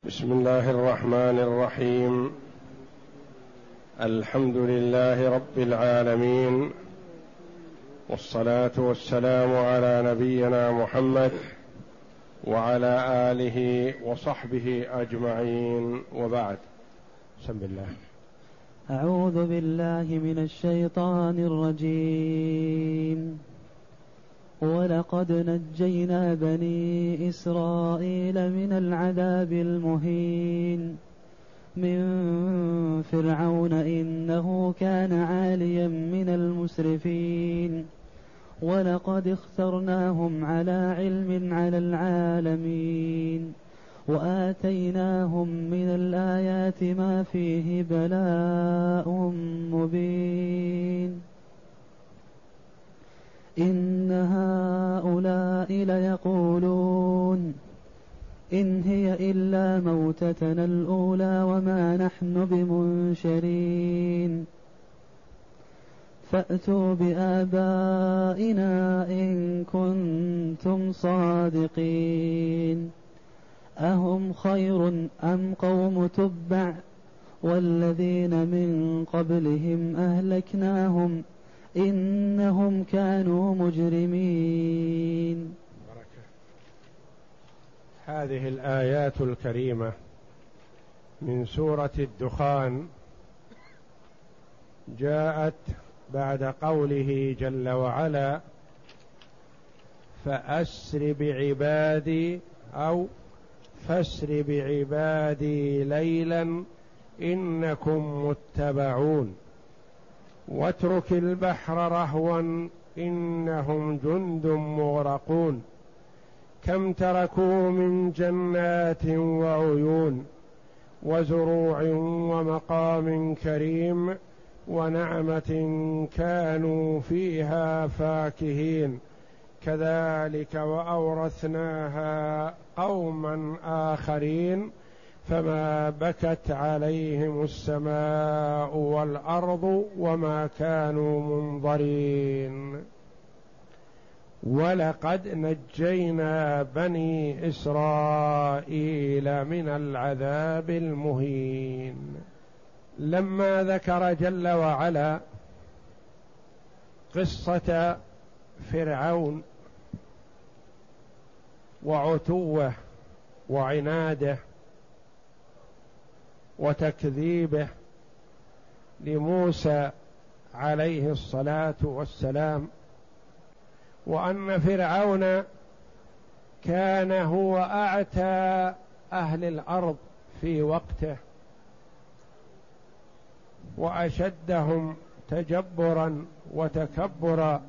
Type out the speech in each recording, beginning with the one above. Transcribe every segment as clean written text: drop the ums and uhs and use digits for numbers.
بسم الله الرحمن الرحيم. الحمد لله رب العالمين، والصلاة والسلام على نبينا محمد وعلى آله وصحبه أجمعين، وبعد. بسم الله. أعوذ بالله من الشيطان الرجيم. ولقد نجينا بني إسرائيل من العذاب المهين من فرعون إنه كان عاليا من المسرفين ولقد اخترناهم على علم على العالمين وآتيناهم من الآيات ما فيه بلاء مبين. إن هؤلاء ليقولون إن هي إلا موتتنا الأولى وما نحن بمنشرين فأتوا بآبائنا إن كنتم صادقين. أهم خير أم قوم تبع والذين من قبلهم أهلكناهم إنهم كانوا مجرمين. هذه الآيات الكريمة من سورة الدخان جاءت بعد قوله جل وعلا: فأسر بعبادي أو فاسر بعبادي ليلا إنكم متبعون واترك البحر رهوا إنهم جند مغرقون كم تركوا من جنات وعيون وزروع ومقام كريم ونعمة كانوا فيها فاكهين كذلك وأورثناها قوما آخرين فما بكت عليهم السماء والأرض وما كانوا منظرين. ولقد نجينا بني إسرائيل من العذاب المهين. لما ذكر جل وعلا قصة فرعون وعتوه وعناده وتكذيبه لموسى عليه الصلاة والسلام، وأن فرعون كان هو أعتى أهل الأرض في وقته وأشدهم تجبرا وتكبرا،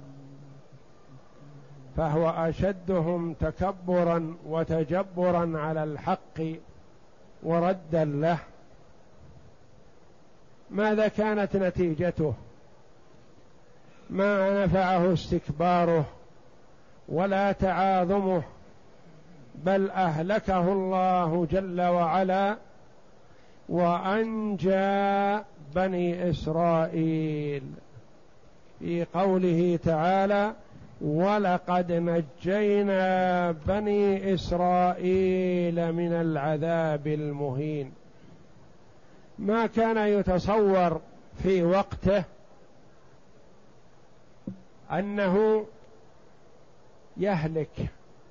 فهو أشدهم تكبرا وتجبرا على الحق وردا له. ماذا كانت نتيجته؟ ما نفعه استكباره ولا تعاظمه، بل أهلكه الله جل وعلا وأنجى بني إسرائيل في قوله تعالى: ولقد نجينا بني إسرائيل من العذاب المهين. ما كان يتصور في وقته أنه يهلك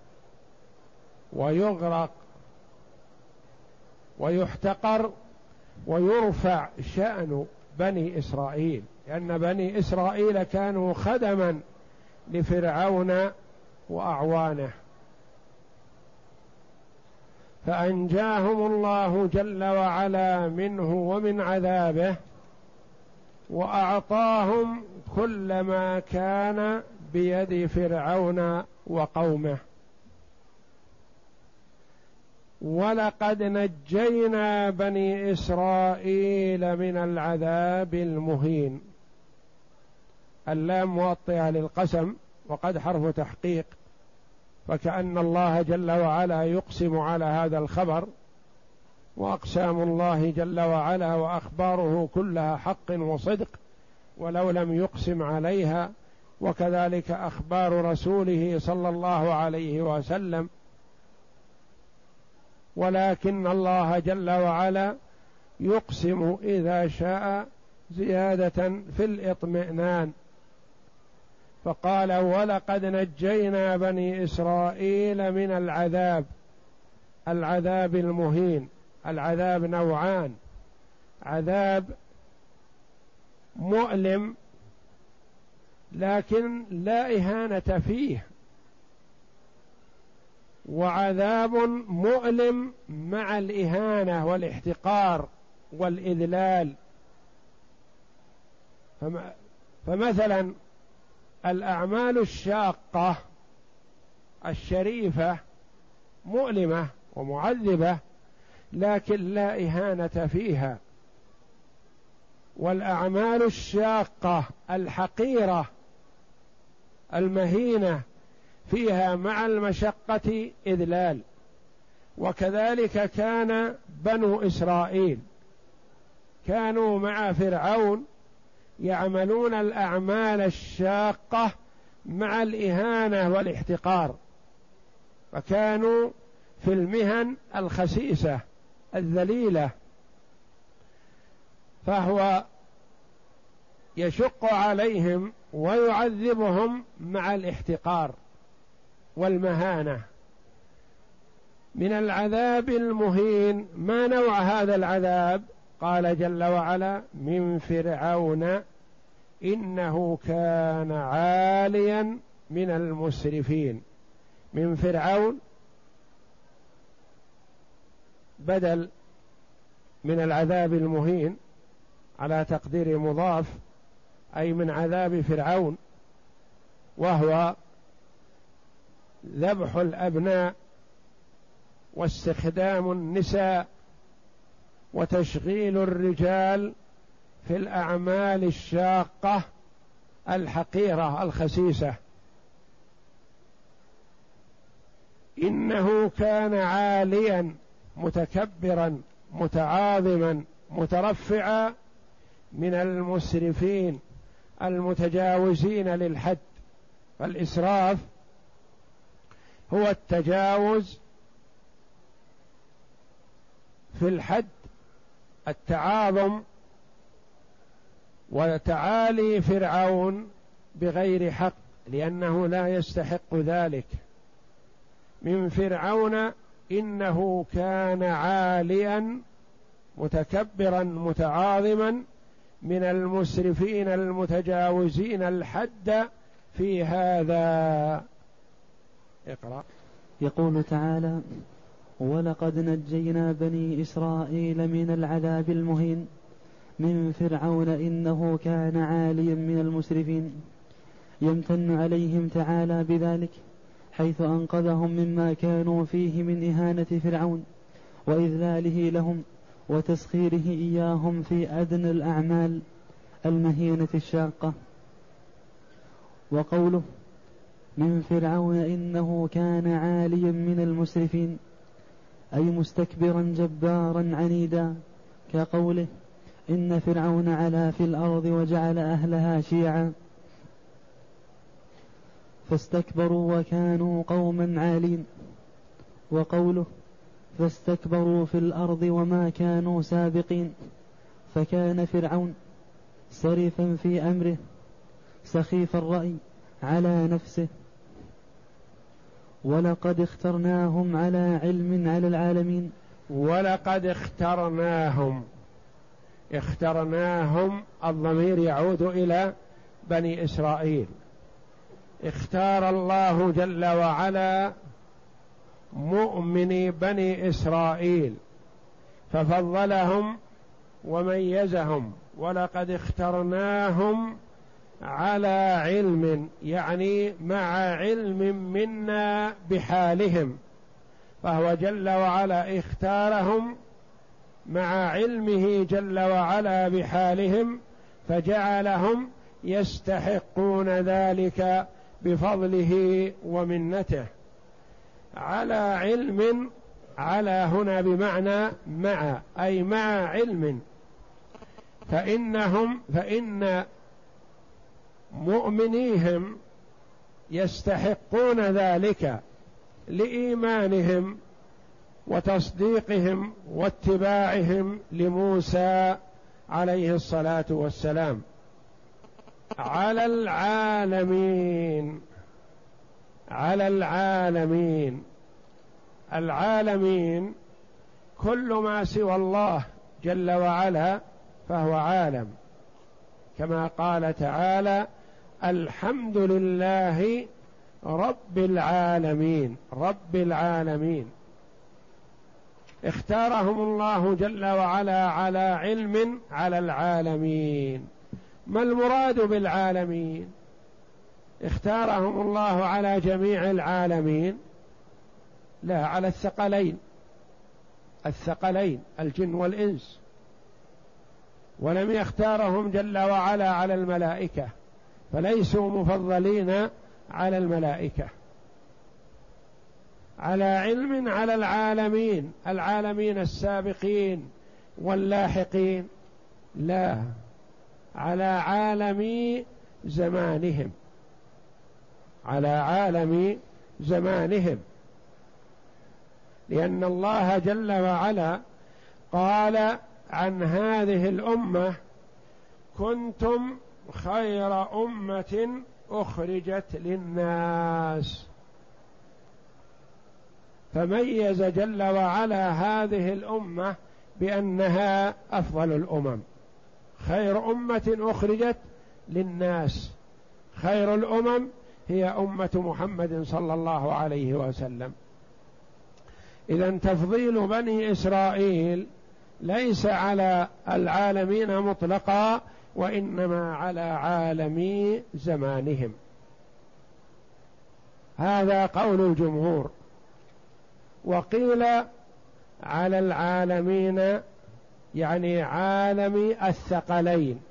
ويغرق ويحتقر ويرفع شأن بني إسرائيل، لأن بني إسرائيل كانوا خدما لفرعون وأعوانه، فأنجاهم الله جل وعلا منه ومن عذابه وأعطاهم كل ما كان بيد فرعون وقومه. ولقد نجينا بني إسرائيل من العذاب المهين. اللام موطئة للقسم وقد حرف تحقيق، فكأن الله جل وعلا يقسم على هذا الخبر، وأقسام الله جل وعلا وأخباره كلها حق وصدق ولو لم يقسم عليها، وكذلك أخبار رسوله صلى الله عليه وسلم ولكن الله جل وعلا يقسم إذا شاء زيادة في الإطمئنان، فقال ولقد نجينا بني إسرائيل من العذاب المهين. العذاب نوعان: عذاب مؤلم لكن لا إهانة فيه، وعذاب مؤلم مع الإهانة والاحتقار والإذلال. فمثلا الأعمال الشاقة الشريفة مؤلمة ومعذبة لكن لا إهانة فيها، والأعمال الشاقة الحقيرة المهينة فيها مع المشقة إذلال. وكذلك كان بنو إسرائيل كانوا مع فرعون يعملون الأعمال الشاقة مع الإهانة والاحتقار، فكانوا في المهن الخسيسة الذليلة، فهو يشق عليهم ويعذبهم مع الاحتقار والمهانة. من العذاب المهين ما نوع هذا العذاب؟ قال جل وعلا: من فرعون إنه كان عاليا من المسرفين. من فرعون بدل من العذاب المهين على تقدير مضاف، أي من عذاب فرعون، وهو ذبح الأبناء واستخدام النساء وتشغيل الرجال في الأعمال الشاقة الحقيرة الخسيسة. إنه كان عاليا متكبرا متعاظما مترفعا من المسرفين المتجاوزين للحد. فالإسراف هو التجاوز في الحد، التعاظم وتعالي فرعون بغير حق لأنه لا يستحق ذلك. من فرعون إنه كان عاليا متكبرا متعاظما من المسرفين المتجاوزين الحد في هذا. اقرأ. يقول تعالى: ولقد نجينا بني إسرائيل من العذاب المهين من فرعون إنه كان عاليا من المسرفين. يمتن عليهم تعالى بذلك حيث أنقذهم مما كانوا فيه من إهانة فرعون وإذلاله لهم وتسخيره إياهم في أدنى الأعمال المهينة الشاقة. وقوله من فرعون إنه كان عاليا من المسرفين أي مستكبرا جبارا عنيدا، كقوله إن فرعون علا في الأرض وجعل أهلها شيعا فاستكبروا وكانوا قوما عالين. وقوله فاستكبروا في الأرض وما كانوا سابقين، فكان فرعون سرفا في أمره سخيف الرأي على نفسه. ولقد اخترناهم على علم على العالمين. ولقد اخترناهم الضمير يعود إلى بني إسرائيل. اختار الله جل وعلا مؤمني بني إسرائيل ففضلهم وميزهم. ولقد اخترناهم على علم، يعني مع علم منا بحالهم، فهو جل وعلا اختارهم مع علمه جل وعلا بحالهم فجعلهم يستحقون ذلك بفضله ومنته. على علم، على هنا بمعنى مع، أي مع علم، فإن مؤمنيهم يستحقون ذلك لإيمانهم وتصديقهم واتباعهم لموسى عليه الصلاة والسلام على العالمين. على العالمين، العالمين كل ما سوى الله جل وعلا فهو عالم، كما قال تعالى: الحمد لله رب العالمين. رب العالمين اختارهم الله جل وعلا على علم على العالمين. ما المراد بالعالمين؟ اختارهم الله على جميع العالمين؟ لا، على الثقلين، الثقلين الجن والإنس، ولم يختارهم جل وعلا على الملائكة، فليسوا مفضلين على الملائكة. على علم على العالمين، العالمين السابقين واللاحقين؟ لا، على عالم زمانهم، على عالم زمانهم، لأن الله جل وعلا قال عن هذه الأمة: كنتم خير أمة أخرجت للناس. فميز جل وعلا هذه الأمة بأنها أفضل الأمم، خير أمة أخرجت للناس. خير الأمم هي أمة محمد صلى الله عليه وسلم. إذن تفضيل بني إسرائيل ليس على العالمين مطلقا، وإنما على عالمي زمانهم. هذا قول الجمهور. وقيل على العالمين يعني عالم الثقلين،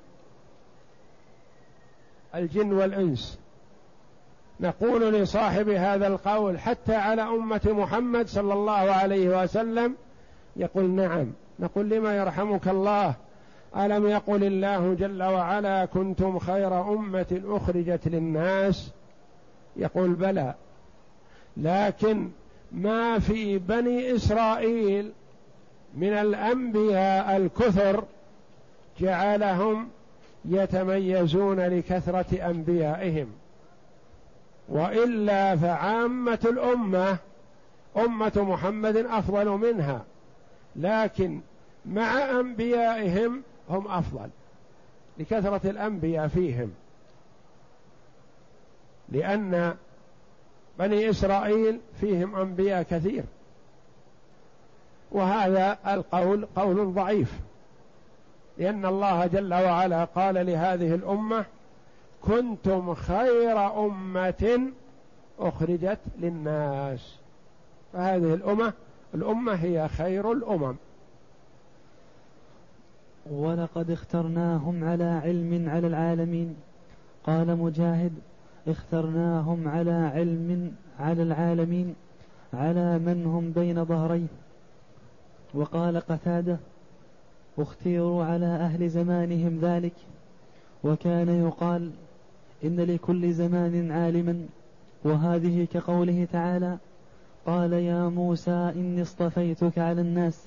الجن والإنس. نقول لصاحب هذا القول: حتى على أمة محمد صلى الله عليه وسلم؟ يقول: نعم. نقول: لما يرحمك الله؟ ألم يقل الله جل وعلا: كنتم خير أمة أخرجت للناس؟ يقول: بلى، لكن ما في بني إسرائيل من الأنبياء الكثر جعلهم يتميزون لكثرة أنبيائهم، وإلا فعامة الأمة أمة محمد أفضل منها، لكن مع أنبيائهم هم أفضل لكثرة الأنبياء فيهم، لأن بني إسرائيل فيهم أنبياء كثير. وهذا القول قول ضعيف، لأن الله جل وعلا قال لهذه الأمة: كنتم خير أمة أخرجت للناس. فهذه الأمة هي خير الأمم. ولقد اخترناهم على علم على العالمين. قال مجاهد: اخترناهم على علم على العالمين، على من هم بين ظهريه. وقال قتادة: اختيروا على أهل زمانهم ذلك. وكان يقال: إن لكل زمان عالما. وهذه كقوله تعالى: قال يا موسى إني اصطفيتك على الناس،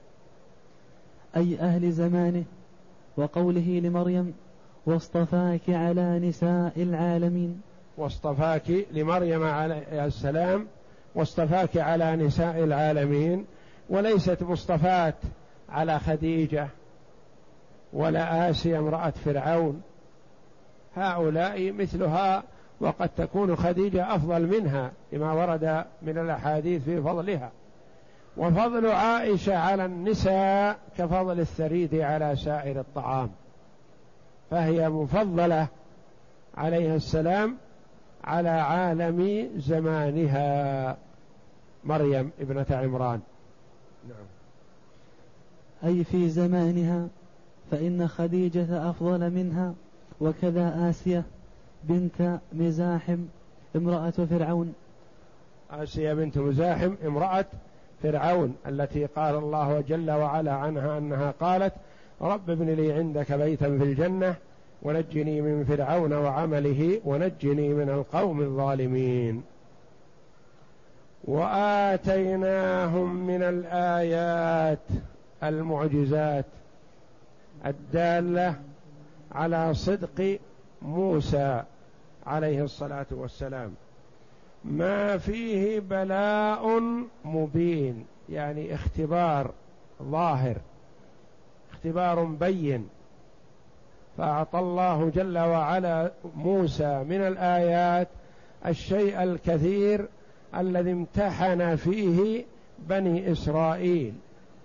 أي أهل زمانه. وقوله لمريم: واصطفاك على نساء العالمين. واصطفاك لمريم عليه السلام، واصطفاك على نساء العالمين، وليست مصطفات على خديجة ولا آسيا امرأة فرعون، هؤلاء مثلها، وقد تكون خديجة أفضل منها لما ورد من الأحاديث في فضلها. وفضل عائشة على النساء كفضل الثريد على سائر الطعام، فهي مفضلة عليه السلام على عالم زمانها، مريم ابنة عمران. نعم. أي في زمانها، فإن خديجة أفضل منها، وكذا آسيا بنت مزاحم امرأة فرعون. آسيا بنت مزاحم امرأة فرعون التي قال الله جل وعلا عنها أنها قالت: رب ابن لي عندك بيتا في الجنة ونجني من فرعون وعمله ونجني من القوم الظالمين. وآتيناهم من الآيات المعجزات الدالة على صدق موسى عليه الصلاة والسلام ما فيه بلاء مبين، يعني اختبار ظاهر، اختبار بين. فأعطى الله جل وعلا موسى من الآيات الشيء الكثير الذي امتحن فيه بني إسرائيل.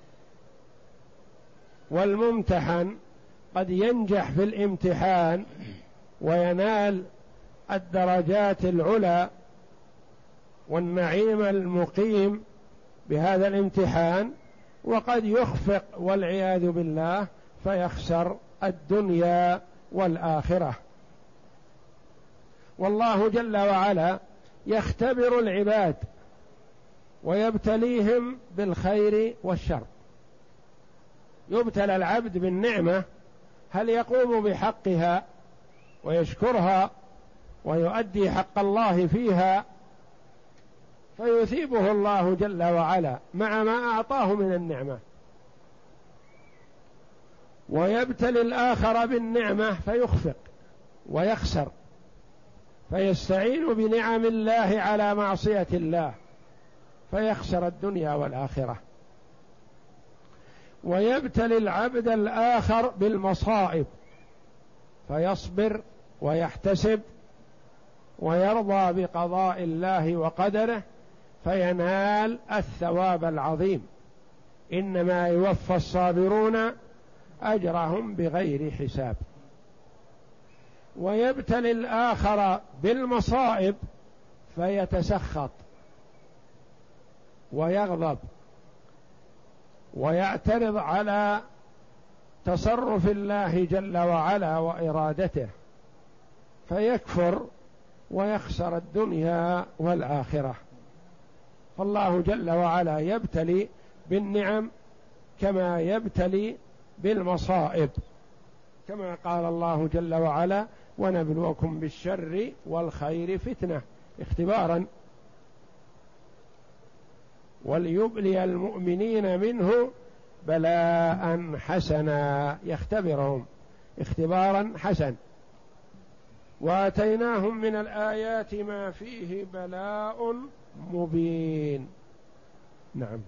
والممتحن قد ينجح في الامتحان وينال الدرجات العلى والنعيم المقيم بهذا الامتحان، وقد يخفق والعياذ بالله فيخسر الدنيا والآخرة. والله جل وعلا يختبر العباد ويبتليهم بالخير والشر. يبتلى العبد بالنعمة، هل يقوم بحقها ويشكرها ويؤدي حق الله فيها، فيثيبه الله جل وعلا مع ما أعطاه من النعمة. ويبتلي الآخر بالنعمة فيخفق ويخسر، فيستعين بنعم الله على معصية الله فيخسر الدنيا والآخرة. ويبتلي العبد الآخر بالمصائب فيصبر ويحتسب ويرضى بقضاء الله وقدره فينال الثواب العظيم. إنما يوفى الصابرون أجرهم بغير حساب. ويبتلي الآخر بالمصائب فيتسخط ويغضب ويعترض على تصرف الله جل وعلا وإرادته فيكفر ويخسر الدنيا والآخرة. فالله جل وعلا يبتلي بالنعم كما يبتلي بالمصائب، كما قال الله جل وعلا: ونبلوكم بالشر والخير فتنة، اختبارا، وليبلي المؤمنين منه بلاء حسنا، يختبرهم اختبارا حسن. وآتيناهم من الآيات ما فيه بلاء مبين. نعم.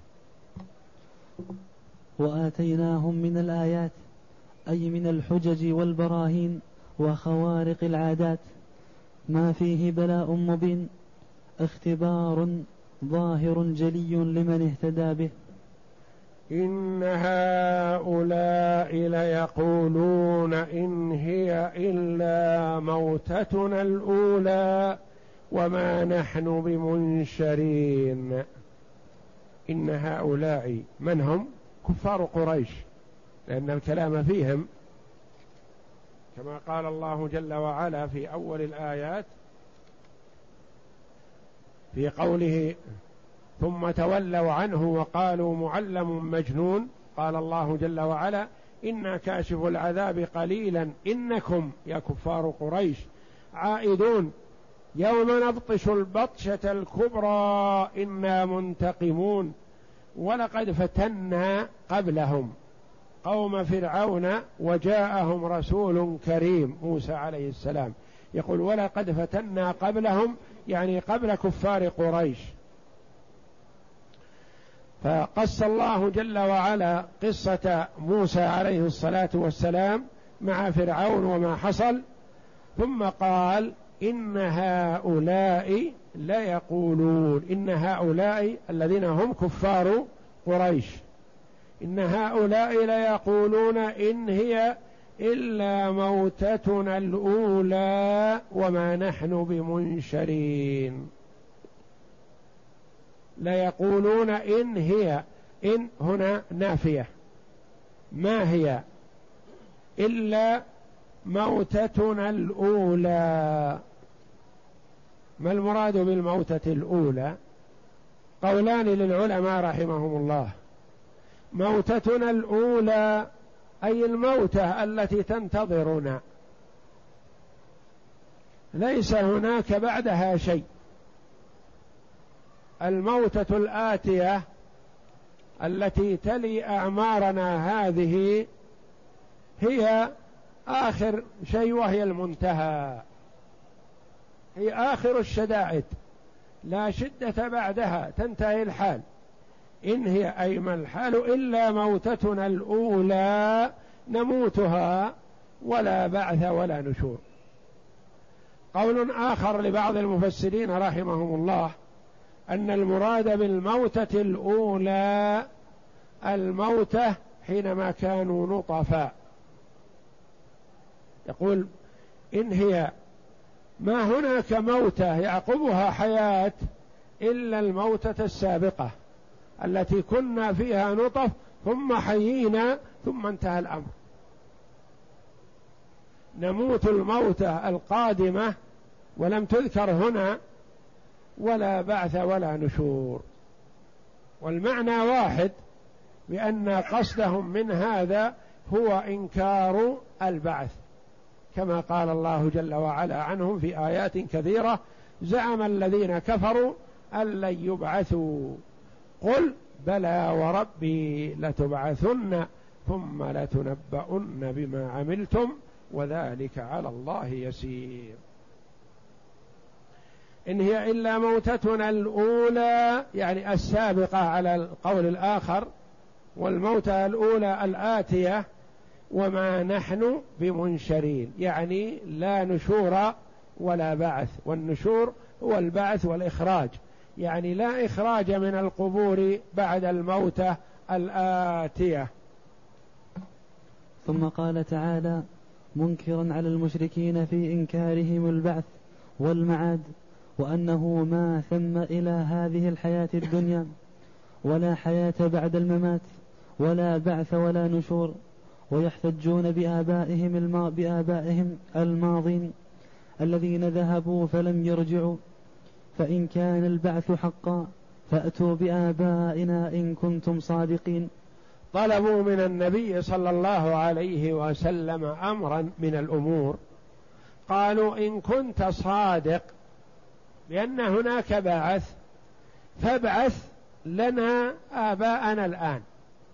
وآتيناهم من الآيات أي من الحجج والبراهين وخوارق العادات ما فيه بلاء مبين، اختبار ظاهر جلي لمن اهتدى به. إن هؤلاء ليقولون إن هي إلا موتتنا الأولى وما نحن بمنشرين. إن هؤلاء من هم؟ كفار قريش، لأن الكلام فيهم كما قال الله جل وعلا في أول الآيات في قوله: ثم تولوا عنه وقالوا معلم مجنون. قال الله جل وعلا: إنا كاشف العذاب قليلا إنكم يا كفار قريش عائدون يوم نبطش البطشة الكبرى إنا منتقمون. ولقد فتنا قبلهم قوم فرعون وجاءهم رسول كريم موسى عليه السلام. يقول: ولقد فتنا قبلهم، يعني قبل كفار قريش. فقص الله جل وعلا قصة موسى عليه الصلاة والسلام مع فرعون وما حصل، ثم قال: إن هؤلاء ليقولون، إن هؤلاء الذين هم كفار قريش، إن هؤلاء ليقولون إن هي إلا موتتنا الأولى وما نحن بمنشرين. ليقولون إن هي، إن هنا نافية، ما هي إلا موتتنا الأولى. ما المراد بالموتة الأولى؟ قولان للعلماء رحمهم الله. موتتنا الأولى أي الموتة التي تنتظرنا، ليس هناك بعدها شيء. الموتة الآتية التي تلي أعمارنا هذه هي آخر شيء وهي المنتهى، هي آخر الشدائد، لا شدة بعدها، تنتهي الحال. إن هي أيما الحال إلا موتتنا الأولى نموتها ولا بعث ولا نشور. قول آخر لبعض المفسرين رحمهم الله أن المراد بالموتة الأولى الموتة حينما كانوا نطفا، يقول إن هي ما هناك موتة يعقبها حياة إلا الموتة السابقة التي كنا فيها نطف ثم حيينا ثم انتهى الأمر، نموت الموتة القادمة ولم تذكر هنا ولا بعث ولا نشور. والمعنى واحد، بأن قصدهم من هذا هو إنكار البعث، كما قال الله جل وعلا عنهم في آيات كثيرة: زعم الذين كفروا أن لن يبعثوا قل بلى وربي لتبعثن ثم لتنبؤن بما عملتم وذلك على الله يسير. إن هي إلا موتتنا الأولى يعني السابقة على القول الآخر، والموتة الأولى الآتية، وما نحن بمنشرين يعني لا نشور ولا بعث، والنشور هو البعث والإخراج، يعني لا إخراج من القبور بعد الموتة الآتية. ثم قال تعالى منكرا على المشركين في إنكارهم البعث والمعاد، وأنه ما ثم إلى هذه الحياة الدنيا ولا حياة بعد الممات ولا بعث ولا نشور، ويحتجون بآبائهم الماضين الذين ذهبوا فلم يرجعوا، فإن كان البعث حقا فأتوا بآبائنا إن كنتم صادقين. طلبوا من النبي صلى الله عليه وسلم أمرا من الأمور، قالوا إن كنت صادق بأن هناك بعث فابعث لنا آباءنا الآن.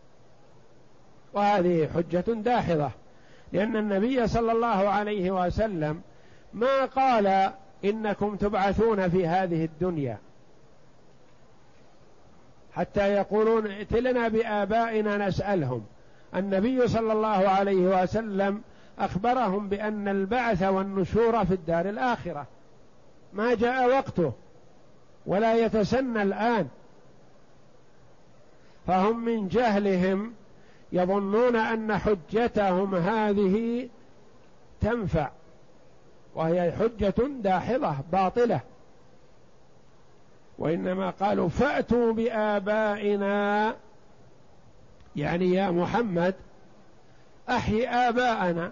وهذه حجة داحضة، لأن النبي صلى الله عليه وسلم ما قال إنكم تبعثون في هذه الدنيا حتى يقولون ائت لنا بآبائنا نسألهم. النبي صلى الله عليه وسلم أخبرهم بأن البعث والنشور في الدار الآخرة، ما جاء وقته ولا يتسنى الآن، فهم من جهلهم يظنون أن حجتهم هذه تنفع، وهي حجة داحضة باطلة، وإنما قالوا فأتوا بآبائنا، يعني يا محمد أحيي آباءنا،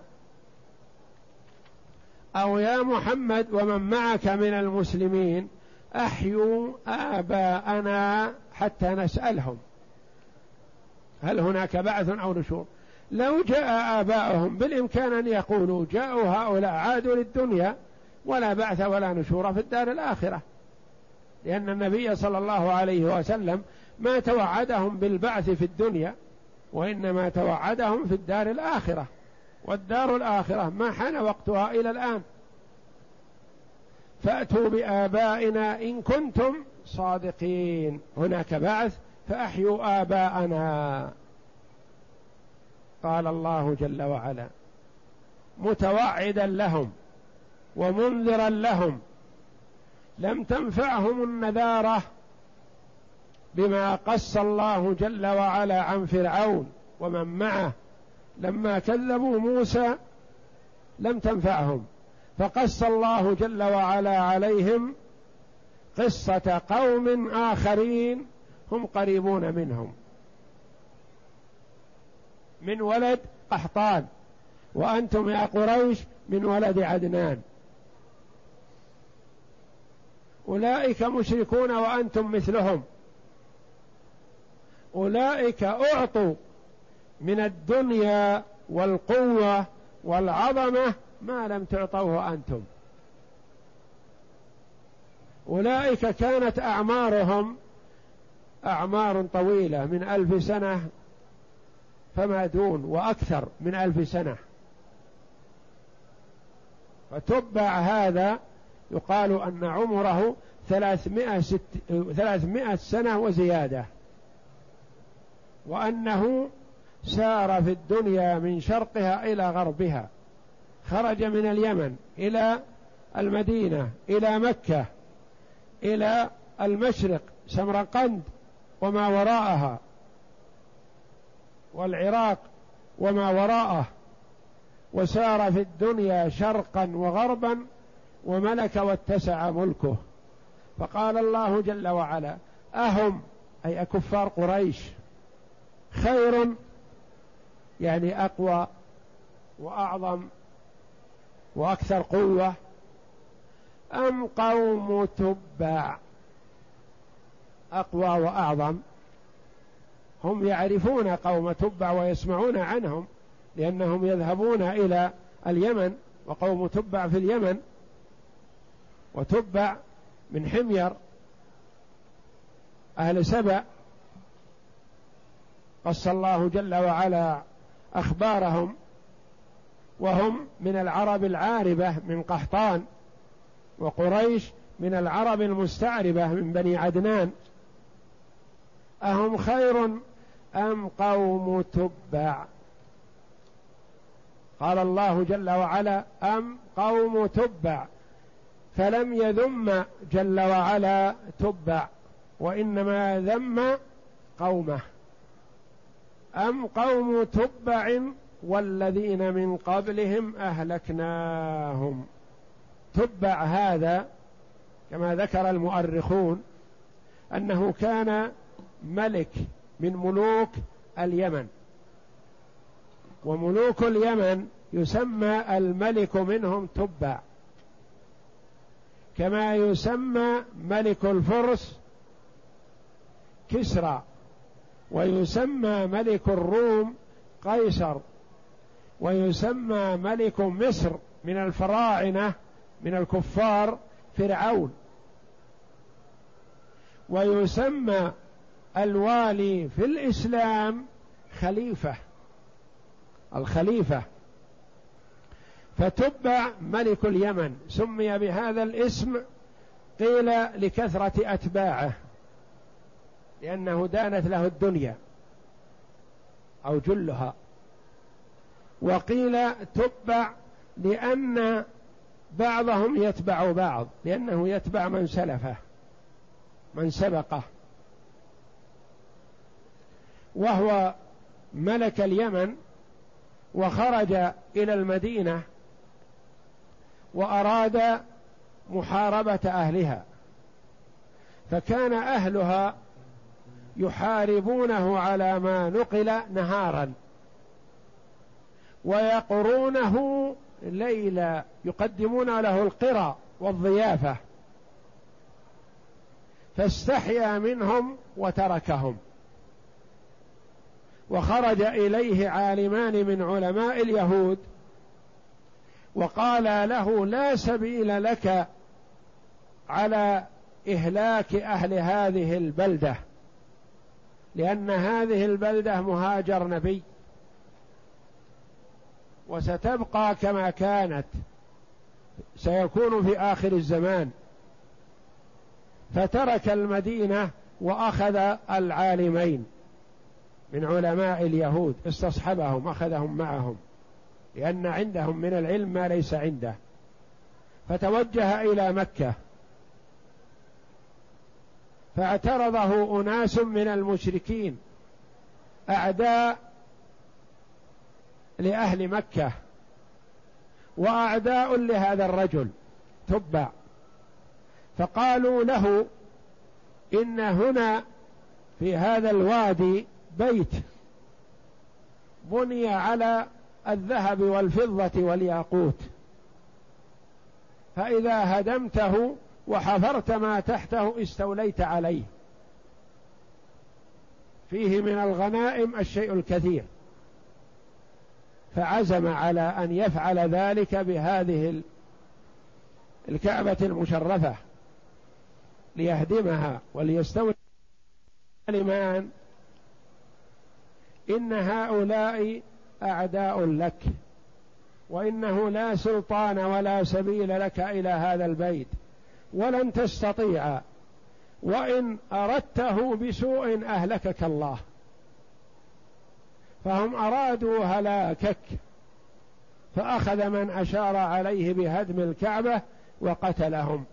أو يا محمد ومن معك من المسلمين أحيوا آباءنا حتى نسألهم هل هناك بعث أو نشور. لو جاء آباؤهم بالإمكان أن يقولوا جاءوا هؤلاء عادوا للدنيا ولا بعث ولا نشور في الدار الآخرة، لأن النبي صلى الله عليه وسلم ما توعدهم بالبعث في الدنيا، وإنما توعدهم في الدار الآخرة، والدار الآخرة ما حان وقتها إلى الآن. فأتوا بآبائنا إن كنتم صادقين، هناك بعث فأحيوا آباءنا. قال الله جل وعلا متوعدا لهم ومنذرا لهم: لم تنفعهم النذارة بما قص الله جل وعلا عن فرعون ومن معه لما كذبوا موسى، لم تنفعهم، فقص الله جل وعلا عليهم قصة قوم آخرين هم قريبون منهم، من ولد قحطان وأنتم يا قريش من ولد عدنان، أولئك مشركون وأنتم مثلهم، أولئك أعطوا من الدنيا والقوة والعظمة ما لم تعطوه أنتم، أولئك كانت أعمارهم أعمار طويلة من 1000 سنة فما دون، وأكثر من 1000 سنة. فتبع هذا يقال أن عمره 300 سنة وزيادة، وأنه سار في الدنيا من شرقها إلى غربها، خرج من اليمن إلى المدينة إلى مكة إلى المشرق سمرقند وما وراءها والعراق وما وراءه، وسار في الدنيا شرقا وغربا وملك واتسع ملكه. فقال الله جل وعلا: أهم أي كفار قريش خير، يعني أقوى وأعظم وأكثر قوة، أم قوم تبع؟ أقوى وأعظم، هم يعرفون قوم تبع ويسمعون عنهم لأنهم يذهبون إلى اليمن، وقوم تبع في اليمن، وتبع من حمير أهل سبأ، قص الله جل وعلا أخبارهم، وهم من العرب العاربة من قحطان، وقريش من العرب المستعربة من بني عدنان. أهم خير أم قوم تبع؟ قال الله جل وعلا: أم قوم تبع، فلم يذم جل وعلا تبع، وإنما ذم قومه. أم قوم تبع والذين من قبلهم أهلكناهم. تبع هذا كما ذكر المؤرخون أنه كان ملك من ملوك اليمن، وملوك اليمن يسمى الملك منهم تبع، كما يسمى ملك الفرس كسرى، ويسمى ملك الروم قيصر، ويسمى ملك مصر من الفراعنة من الكفار فرعون، ويسمى الوالي في الإسلام خليفة، الخليفة. فتبع ملك اليمن سمي بهذا الاسم قيل لكثرة أتباعه، لأنه دانت له الدنيا أو جلها، وقيل تبع لأن بعضهم يتبع بعض، لأنه يتبع من سلفه من سبقه. وهو ملك اليمن وخرج إلى المدينة وأراد محاربة أهلها، فكان أهلها يحاربونه على ما نقل نهارا ويقرونه ليلا، يقدمون له القرى والضيافة، فاستحيا منهم وتركهم. وخرج إليه عالمان من علماء اليهود وقال له: لا سبيل لك على إهلاك أهل هذه البلدة، لأن هذه البلدة مهاجر نبي وستبقى كما كانت، سيكون في آخر الزمان. فترك المدينة وأخذ العالمين من علماء اليهود، استصحبهم أخذهم معهم، لأن عندهم من العلم ما ليس عنده. فتوجه إلى مكة، فاعترضه أناس من المشركين أعداء لأهل مكة وأعداء لهذا الرجل تبع، فقالوا له: إن هنا في هذا الوادي بيت بني على الذهب والفضة والياقوت، فإذا هدمته وحفرت ما تحته استوليت عليه، فيه من الغنائم الشيء الكثير. فعزم على أن يفعل ذلك بهذه الكعبة المشرفة ليهدمها وليستولي الإيمان إن هؤلاء أعداء لك، وإنه لا سلطان ولا سبيل لك إلى هذا البيت، ولن تستطيع، وإن أردته بسوء أهلكك الله. فهم أرادوا هلاكك، فأخذ من أشار عليه بهدم الكعبة وقتلهم،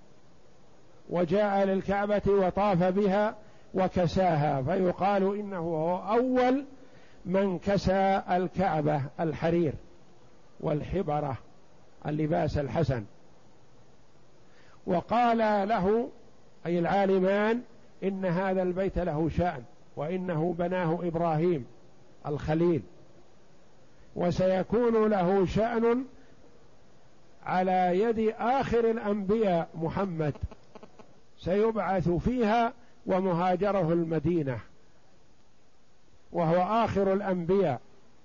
وجاء للكعبة وطاف بها وكساها، فيقال إنه هو أول من كسى الكعبة الحرير والحبرة اللباس الحسن. وقال له أي العالمان إن هذا البيت له شأن، وإنه بناه إبراهيم الخليل، وسيكون له شأن على يد آخر الأنبياء محمد، سيبعث فيها ومهاجره المدينة، وهو آخر الأنبياء.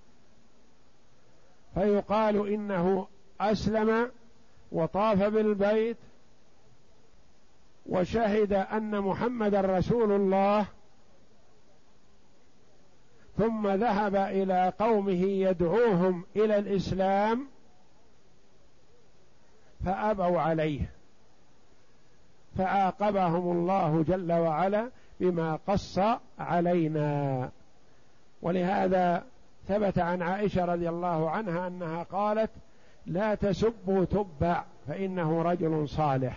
فيقال إنه أسلم وطاف بالبيت وشهد أن محمد رسول الله، ثم ذهب إلى قومه يدعوهم إلى الإسلام فأبوا عليه، فعاقبهم الله جل وعلا بما قص علينا. ولهذا ثبت عن عائشة رضي الله عنها أنها قالت: لا تسبوا تبع فإنه رجل صالح.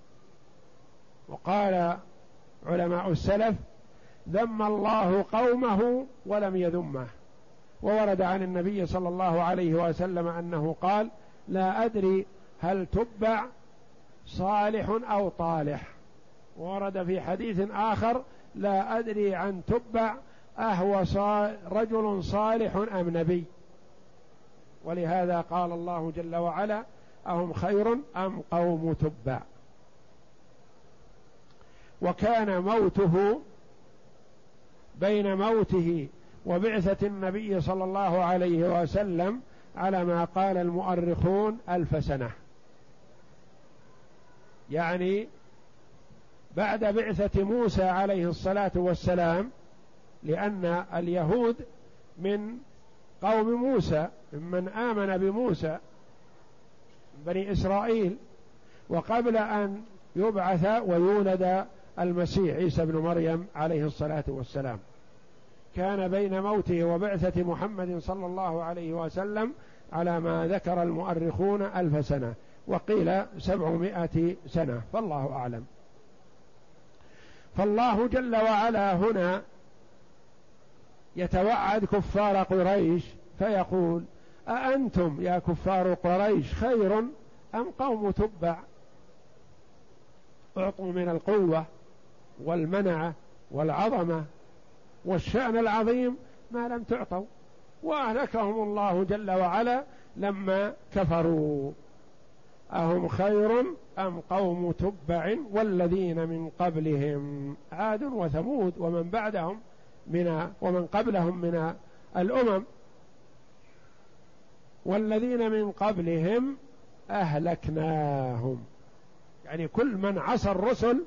وقال علماء السلف: ذم الله قومه ولم يذمه. وورد عن النبي صلى الله عليه وسلم أنه قال: لا أدري هل تبع صالح أو طالح. ورد في حديث آخر: لا أدري عن تبع أهو رجل صالح أم نبي. ولهذا قال الله جل وعلا: أهم خير أم قوم تبع. وكان موته بين موته وبعثة النبي صلى الله عليه وسلم على ما قال المؤرخون 1000 سنة، يعني بعد بعثة موسى عليه الصلاة والسلام، لأن اليهود من قوم موسى، ممن آمن بموسى بني إسرائيل، وقبل أن يبعث ويولد المسيح عيسى بن مريم عليه الصلاة والسلام، كان بين موته وبعثة محمد صلى الله عليه وسلم على ما ذكر المؤرخون 1000 سنة، وقيل 700 سنة، فالله أعلم. فالله جل وعلا هنا يتوعد كفار قريش فيقول: أأنتم يا كفار قريش خير أم قوم تبع؟ أعطوا من القوة والمنعة والعظمة والشأن العظيم ما لم تعطوا، وأهلكهم الله جل وعلا لما كفروا. أهم خير أم قوم تبع والذين من قبلهم، عاد وثمود ومن بعدهم ومن قبلهم من الأمم، والذين من قبلهم أهلكناهم، يعني كل من عصى الرسل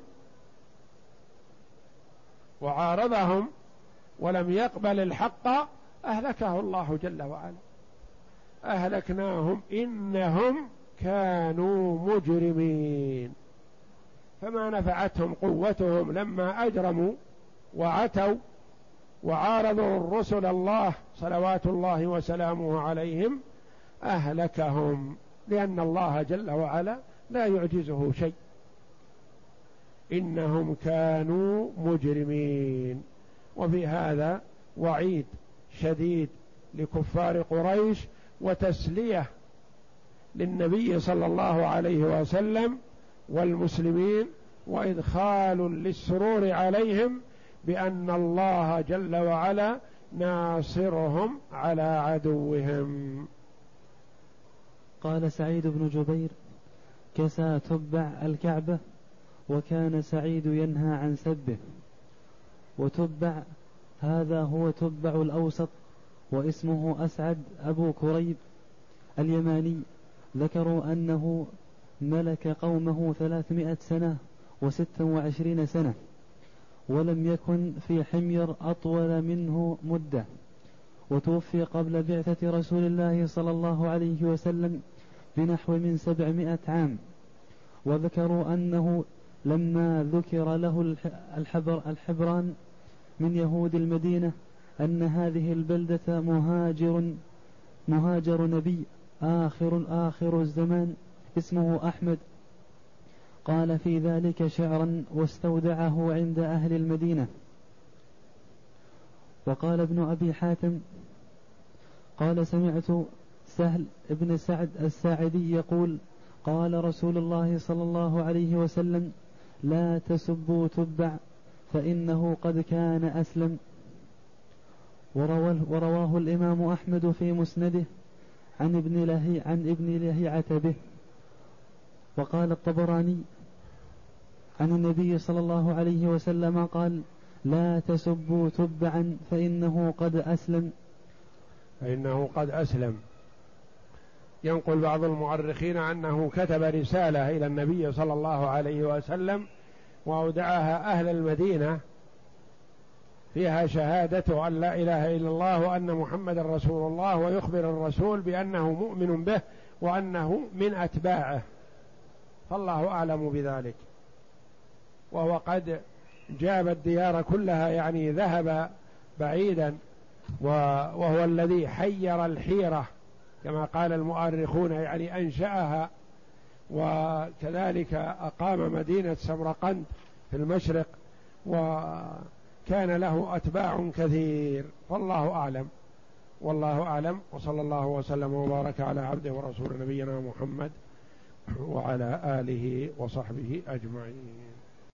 وعارضهم ولم يقبل الحق أهلكه الله جل وعلا. أهلكناهم إنهم كانوا مجرمين، فما نفعتهم قوتهم لما أجرموا وعتوا وعارضوا الرسل الله صلوات الله وسلامه عليهم، أهلكهم، لأن الله جل وعلا لا يعجزه شيء. إنهم كانوا مجرمين. وفي هذا وعيد شديد لكفار قريش، وتسلية للنبي صلى الله عليه وسلم والمسلمين، وإدخال للسرور عليهم بأن الله جل وعلا ناصرهم على عدوهم. قال سعيد بن جبير: كسى تبع الكعبة، وكان سعيد ينهى عن سبه. وتبع هذا هو تبع الأوسط، واسمه أسعد أبو كريب اليماني. ذكروا أنه ملك قومه 300 سنة و26 سنة، ولم يكن في حمير أطول منه مدة، وتوفي قبل بعثة رسول الله صلى الله عليه وسلم بنحو من 700 عام. وذكروا أنه لما ذكر له الحبران من يهود المدينة أن هذه البلدة مهاجر نبي آخر الزمان اسمه أحمد، قال في ذلك شعرا واستودعه عند أهل المدينة. وقال ابن أبي حاتم قال سمعت سهل ابن سعد الساعدي يقول قال رسول الله صلى الله عليه وسلم لا تسبوا تبع فإنه قد كان أسلم. ورواه الإمام أحمد في مسنده عن ابن لهيعة به. وقال الطبراني عن النبي صلى الله عليه وسلم قال لا تسبوا تبعا فإنه قد أسلم. ينقل بعض المؤرخين أنه كتب رسالة إلى النبي صلى الله عليه وسلم وأودعها أهل المدينة فيها شهادة أن لا إله إلا الله وأن محمد رسول الله، ويخبر الرسول بأنه مؤمن به وأنه من أتباعه، فالله أعلم بذلك. وهو قد جاب الديار كلها، يعني ذهب بعيدا، وهو الذي حير الحيرة كما قال المؤرخون، يعني أنشأها، وكذلك أقام مدينة سمرقند في المشرق، وكان له أتباع كثير، فالله أعلم. والله أعلم، وصلى الله وسلم وبارك على عبده ورسول نبينا محمد وعلى آله وصحبه أجمعين.